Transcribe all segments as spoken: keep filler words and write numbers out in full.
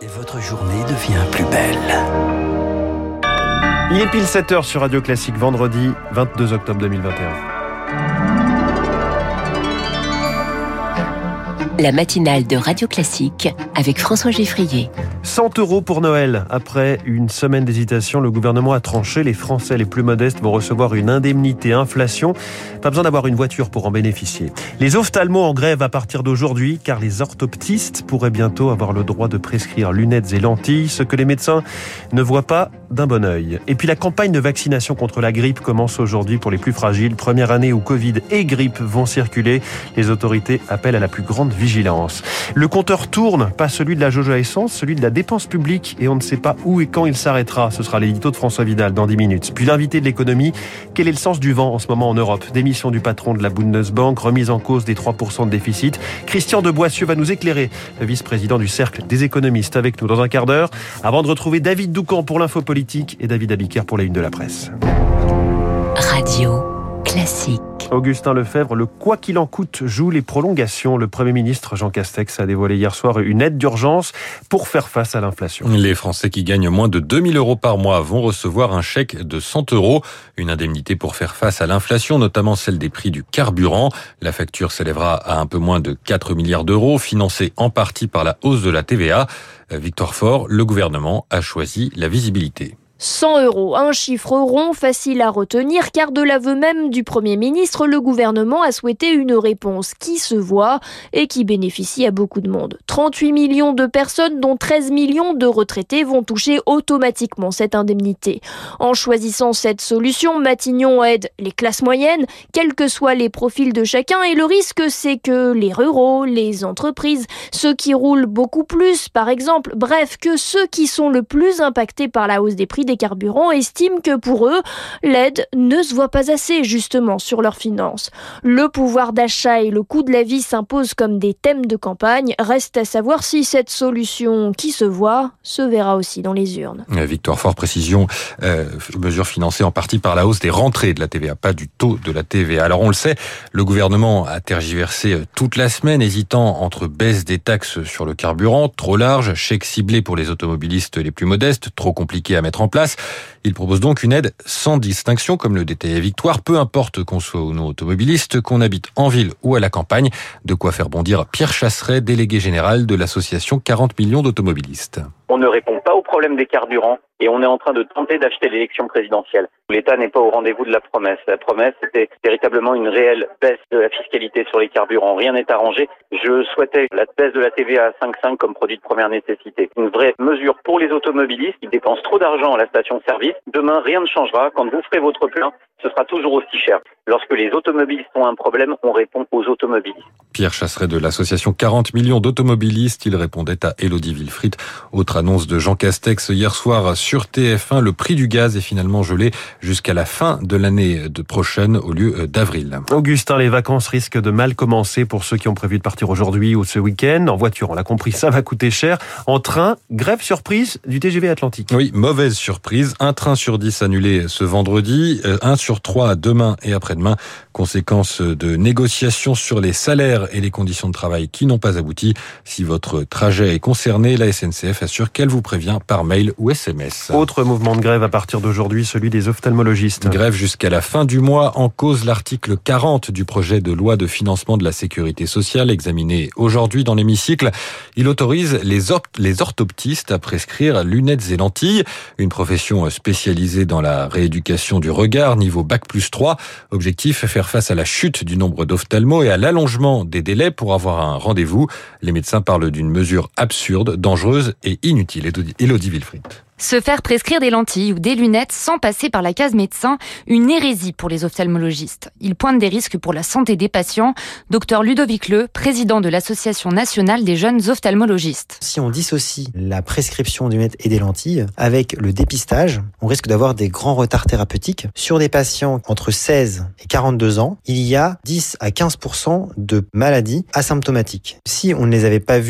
Et votre journée devient plus belle. Il est pile sept heures sur Radio Classique, vendredi vingt-deux octobre deux mille vingt et un. La matinale de Radio Classique avec François Geffrier. cent euros pour Noël. Après une semaine d'hésitation, le gouvernement a tranché. Les Français les plus modestes vont recevoir une indemnité inflation. Pas besoin d'avoir une voiture pour en bénéficier. Les ophtalmos en grève à partir d'aujourd'hui, car les orthoptistes pourraient bientôt avoir le droit de prescrire lunettes et lentilles, ce que les médecins ne voient pas d'un bon œil. Et puis la campagne de vaccination contre la grippe commence aujourd'hui pour les plus fragiles. Première année où Covid et grippe vont circuler. Les autorités appellent à la plus grande vigilance. Le compteur tourne, pas celui de la jauge à essence, celui de la dépense publique, et on ne sait pas où et quand il s'arrêtera. Ce sera l'édito de François Vidal dans dix minutes. Puis l'invité de l'économie, quel est le sens du vent en ce moment en Europe? Démission du patron de la Bundesbank, remise en cause des trois pour cent de déficit. Christian de Boissieu va nous éclairer, le vice-président du Cercle des économistes, avec nous dans un quart d'heure, avant de retrouver David Doucan pour l'info politique et David Abiker pour la une de la presse. Radio Classique. Augustin Lefebvre, le quoi qu'il en coûte joue les prolongations. Le Premier ministre Jean Castex a dévoilé hier soir une aide d'urgence pour faire face à l'inflation. Les Français qui gagnent moins de deux mille euros par mois vont recevoir un chèque de cent euros. Une indemnité pour faire face à l'inflation, notamment celle des prix du carburant. La facture s'élèvera à un peu moins de quatre milliards d'euros, financée en partie par la hausse de la T V A. Victoire Fort, le gouvernement a choisi la visibilité. cent euros, un chiffre rond facile à retenir car de l'aveu même du Premier ministre, le gouvernement a souhaité une réponse qui se voit et qui bénéficie à beaucoup de monde. trente-huit millions de personnes, dont treize millions de retraités, vont toucher automatiquement cette indemnité. En choisissant cette solution, Matignon aide les classes moyennes, quels que soient les profils de chacun, et le risque c'est que les ruraux, les entreprises, ceux qui roulent beaucoup plus par exemple, bref, que ceux qui sont le plus impactés par la hausse des prix des carburants estiment que pour eux, l'aide ne se voit pas assez justement sur leurs finances. Le pouvoir d'achat et le coût de la vie s'imposent comme des thèmes de campagne. Reste à savoir si cette solution qui se voit se verra aussi dans les urnes. Victoire Fort, précision, euh, mesure financée en partie par la hausse des rentrées de la T V A, pas du taux de la T V A. Alors on le sait, le gouvernement a tergiversé toute la semaine, hésitant entre baisse des taxes sur le carburant, trop large, chèque ciblé pour les automobilistes les plus modestes, trop compliqué à mettre en place. Il propose donc une aide sans distinction, comme le détaillait Victoire, peu importe qu'on soit ou non automobiliste, qu'on habite en ville ou à la campagne. De quoi faire bondir Pierre Chasseret, délégué général de l'association quarante millions d'automobilistes. On ne répond pas au problème des carburants et on est en train de tenter d'acheter l'élection présidentielle. L'État n'est pas au rendez-vous de la promesse. La promesse, c'était véritablement une réelle baisse de la fiscalité sur les carburants. Rien n'est arrangé. Je souhaitais la baisse de la T V A à cinq virgule cinq comme produit de première nécessité. Une vraie mesure pour les automobilistes qui dépensent trop d'argent à la station-service. Demain, rien ne changera. Quand vous ferez votre plein, ce sera toujours aussi cher. Lorsque les automobilistes ont un problème, on répond aux automobilistes. Pierre Chasseret de l'association quarante millions d'automobilistes. Il répondait à Élodie Villefritte. Autre annonce de Jean Castex hier soir sur T F un. Le prix du gaz est finalement gelé jusqu'à la fin de l'année de prochaine au lieu d'avril. Augustin, les vacances risquent de mal commencer pour ceux qui ont prévu de partir aujourd'hui ou ce week-end. En voiture, on l'a compris, ça va coûter cher. En train, grève surprise du T G V Atlantique. Oui, mauvaise surprise. Un train sur dix annulé ce vendredi, un sur trois demain et après-demain. Conséquence de négociations sur les salaires et les conditions de travail qui n'ont pas abouti. Si votre trajet est concerné, la S N C F assure qu'elle vous prévient par mail ou S M S. Autre mouvement de grève à partir d'aujourd'hui, celui des ophtalmologistes. Grève jusqu'à la fin du mois. En cause l'article quarante du projet de loi de financement de la sécurité sociale examiné aujourd'hui dans l'hémicycle. Il autorise les, or- les orthoptistes à prescrire lunettes et lentilles. Une profession spécialisée dans la rééducation du regard, niveau bac plus trois. Objectif, faire face à la chute du nombre d'ophtalmos et à l'allongement des délais pour avoir un rendez-vous. Les médecins parlent d'une mesure absurde, dangereuse et inutile. Élodie Villefritte. Se faire prescrire des lentilles ou des lunettes sans passer par la case médecin, une hérésie pour les ophtalmologistes. Ils pointent des risques pour la santé des patients. Docteur Ludovic Leu, président de l'Association nationale des jeunes ophtalmologistes. Si on dissocie la prescription des lunettes et des lentilles avec le dépistage, on risque d'avoir des grands retards thérapeutiques. Sur des patients entre seize et quarante-deux ans, il y a dix à quinze pour cent de maladies asymptomatiques. Si on ne les avait pas vus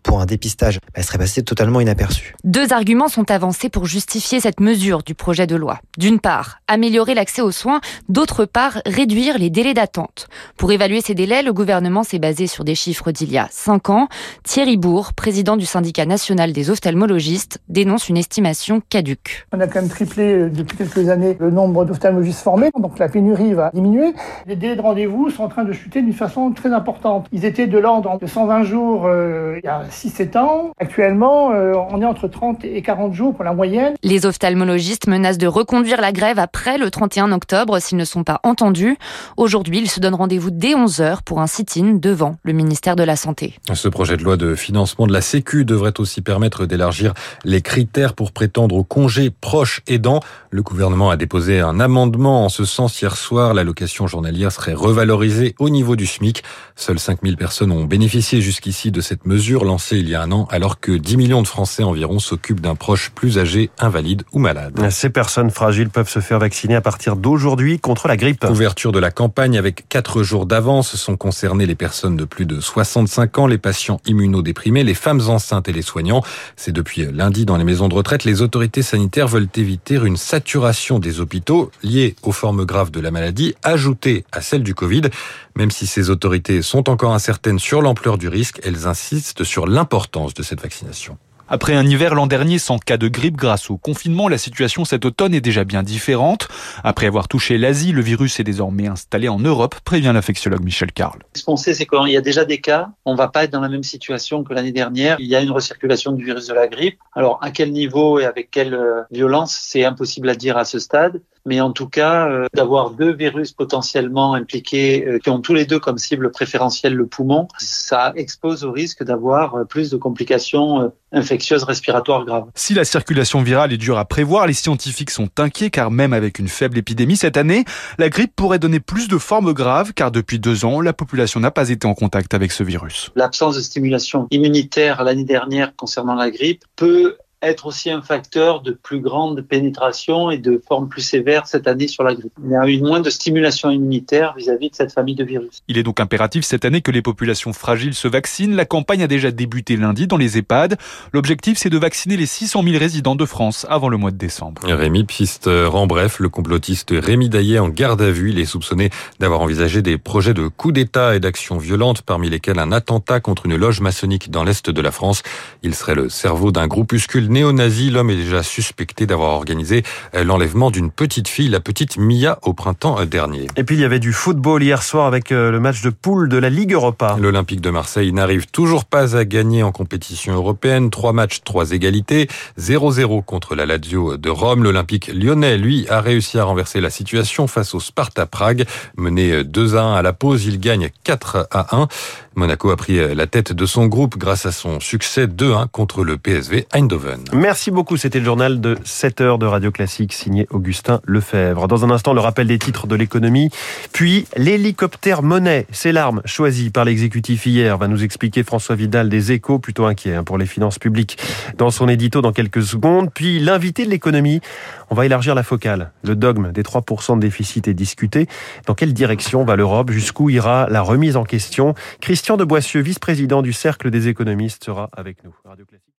pour un dépistage, elle serait passée totalement inaperçue. Deux arguments sont avancés pour justifier cette mesure du projet de loi. D'une part, améliorer l'accès aux soins, d'autre part, réduire les délais d'attente. Pour évaluer ces délais, le gouvernement s'est basé sur des chiffres d'il y a cinq ans. Thierry Bourg, président du syndicat national des ophtalmologistes, dénonce une estimation caduque. On a quand même triplé depuis quelques années le nombre d'ophtalmologistes formés, donc la pénurie va diminuer. Les délais de rendez-vous sont en train de chuter d'une façon très importante. Ils étaient de l'ordre de cent vingt jours euh, il y a six sept ans. Actuellement, euh, on est entre trente et quarante jours pour la moyenne. Les ophtalmologistes menacent de reconduire la grève après le trente et un octobre s'ils ne sont pas entendus. Aujourd'hui, ils se donnent rendez-vous dès onze heures pour un sit-in devant le ministère de la Santé. Ce projet de loi de financement de la Sécu devrait aussi permettre d'élargir les critères pour prétendre au congé proche aidant. Le gouvernement a déposé un amendement en ce sens hier soir. L'allocation journalière serait revalorisée au niveau du SMIC. Seules cinq mille personnes ont bénéficié jusqu'ici de cette mesure lancée il y a un an, alors que dix millions de Français environ s'occupent d'un proche plus âgé, invalide ou malade. Ces personnes fragiles peuvent se faire vacciner à partir d'aujourd'hui contre la grippe. Ouverture de la campagne avec quatre jours d'avance. Sont concernées les personnes de plus de soixante-cinq ans, les patients immunodéprimés, les femmes enceintes et les soignants. C'est depuis lundi dans les maisons de retraite. Les autorités sanitaires veulent éviter une saturation des hôpitaux liée aux formes graves de la maladie, ajoutée à celle du Covid. Même si ces autorités sont encore incertaines sur l'ampleur du risque, elles insistent sur l'importance de cette vaccination. Après un hiver l'an dernier sans cas de grippe grâce au confinement, la situation cet automne est déjà bien différente. Après avoir touché l'Asie, le virus est désormais installé en Europe, prévient l'infectiologue Michel Carle. Ce qu'on sait, c'est qu'il y a déjà des cas. On ne va pas être dans la même situation que l'année dernière. Il y a une recirculation du virus de la grippe. Alors, à quel niveau et avec quelle violence, c'est impossible à dire à ce stade. Mais en tout cas, euh, d'avoir deux virus potentiellement impliqués euh, qui ont tous les deux comme cible préférentielle le poumon, ça expose au risque d'avoir euh, plus de complications euh, infectieuses respiratoires graves. Si la circulation virale est dure à prévoir, les scientifiques sont inquiets car même avec une faible épidémie cette année, la grippe pourrait donner plus de formes graves car depuis deux ans, la population n'a pas été en contact avec ce virus. L'absence de stimulation immunitaire l'année dernière concernant la grippe peut être aussi un facteur de plus grande pénétration et de forme plus sévère cette année sur la grippe. Il y a eu moins de stimulation immunitaire vis-à-vis de cette famille de virus. Il est donc impératif cette année que les populations fragiles se vaccinent. La campagne a déjà débuté lundi dans les EHPAD. L'objectif, c'est de vacciner les six cent mille résidents de France avant le mois de décembre. Rémi Piste rend bref, le complotiste Rémi Daillet en garde à vue. Il est soupçonné d'avoir envisagé des projets de coup d'État et d'actions violentes, parmi lesquels un attentat contre une loge maçonnique dans l'Est de la France. Il serait le cerveau d'un groupuscule néo-nazi. L'homme est déjà suspecté d'avoir organisé l'enlèvement d'une petite fille, la petite Mia, au printemps dernier. Et puis il y avait du football hier soir avec le match de poule de la Ligue Europa. L'Olympique de Marseille n'arrive toujours pas à gagner en compétition européenne. Trois matchs, trois égalités. zéro zéro contre la Lazio de Rome. L'Olympique lyonnais, lui, a réussi à renverser la situation face au Sparta Prague. Mené deux à un à la pause, il gagne quatre à un. Monaco a pris la tête de son groupe grâce à son succès deux à un contre le P S V Eindhoven. Merci beaucoup, c'était le journal de sept heures de Radio Classique signé Augustin Lefebvre. Dans un instant, le rappel des titres de l'économie, puis l'hélicoptère monnaie, c'est l'arme choisie par l'exécutif hier, va nous expliquer François Vidal des Échos, plutôt inquiet pour les finances publiques dans son édito dans quelques secondes, puis l'invité de l'économie, on va élargir la focale. Le dogme des trois pour cent de déficit est discuté. Dans quelle direction va l'Europe? Jusqu'où ira la remise en question? Christian de Boissieu, vice-président du Cercle des économistes, sera avec nous. Radio Classique.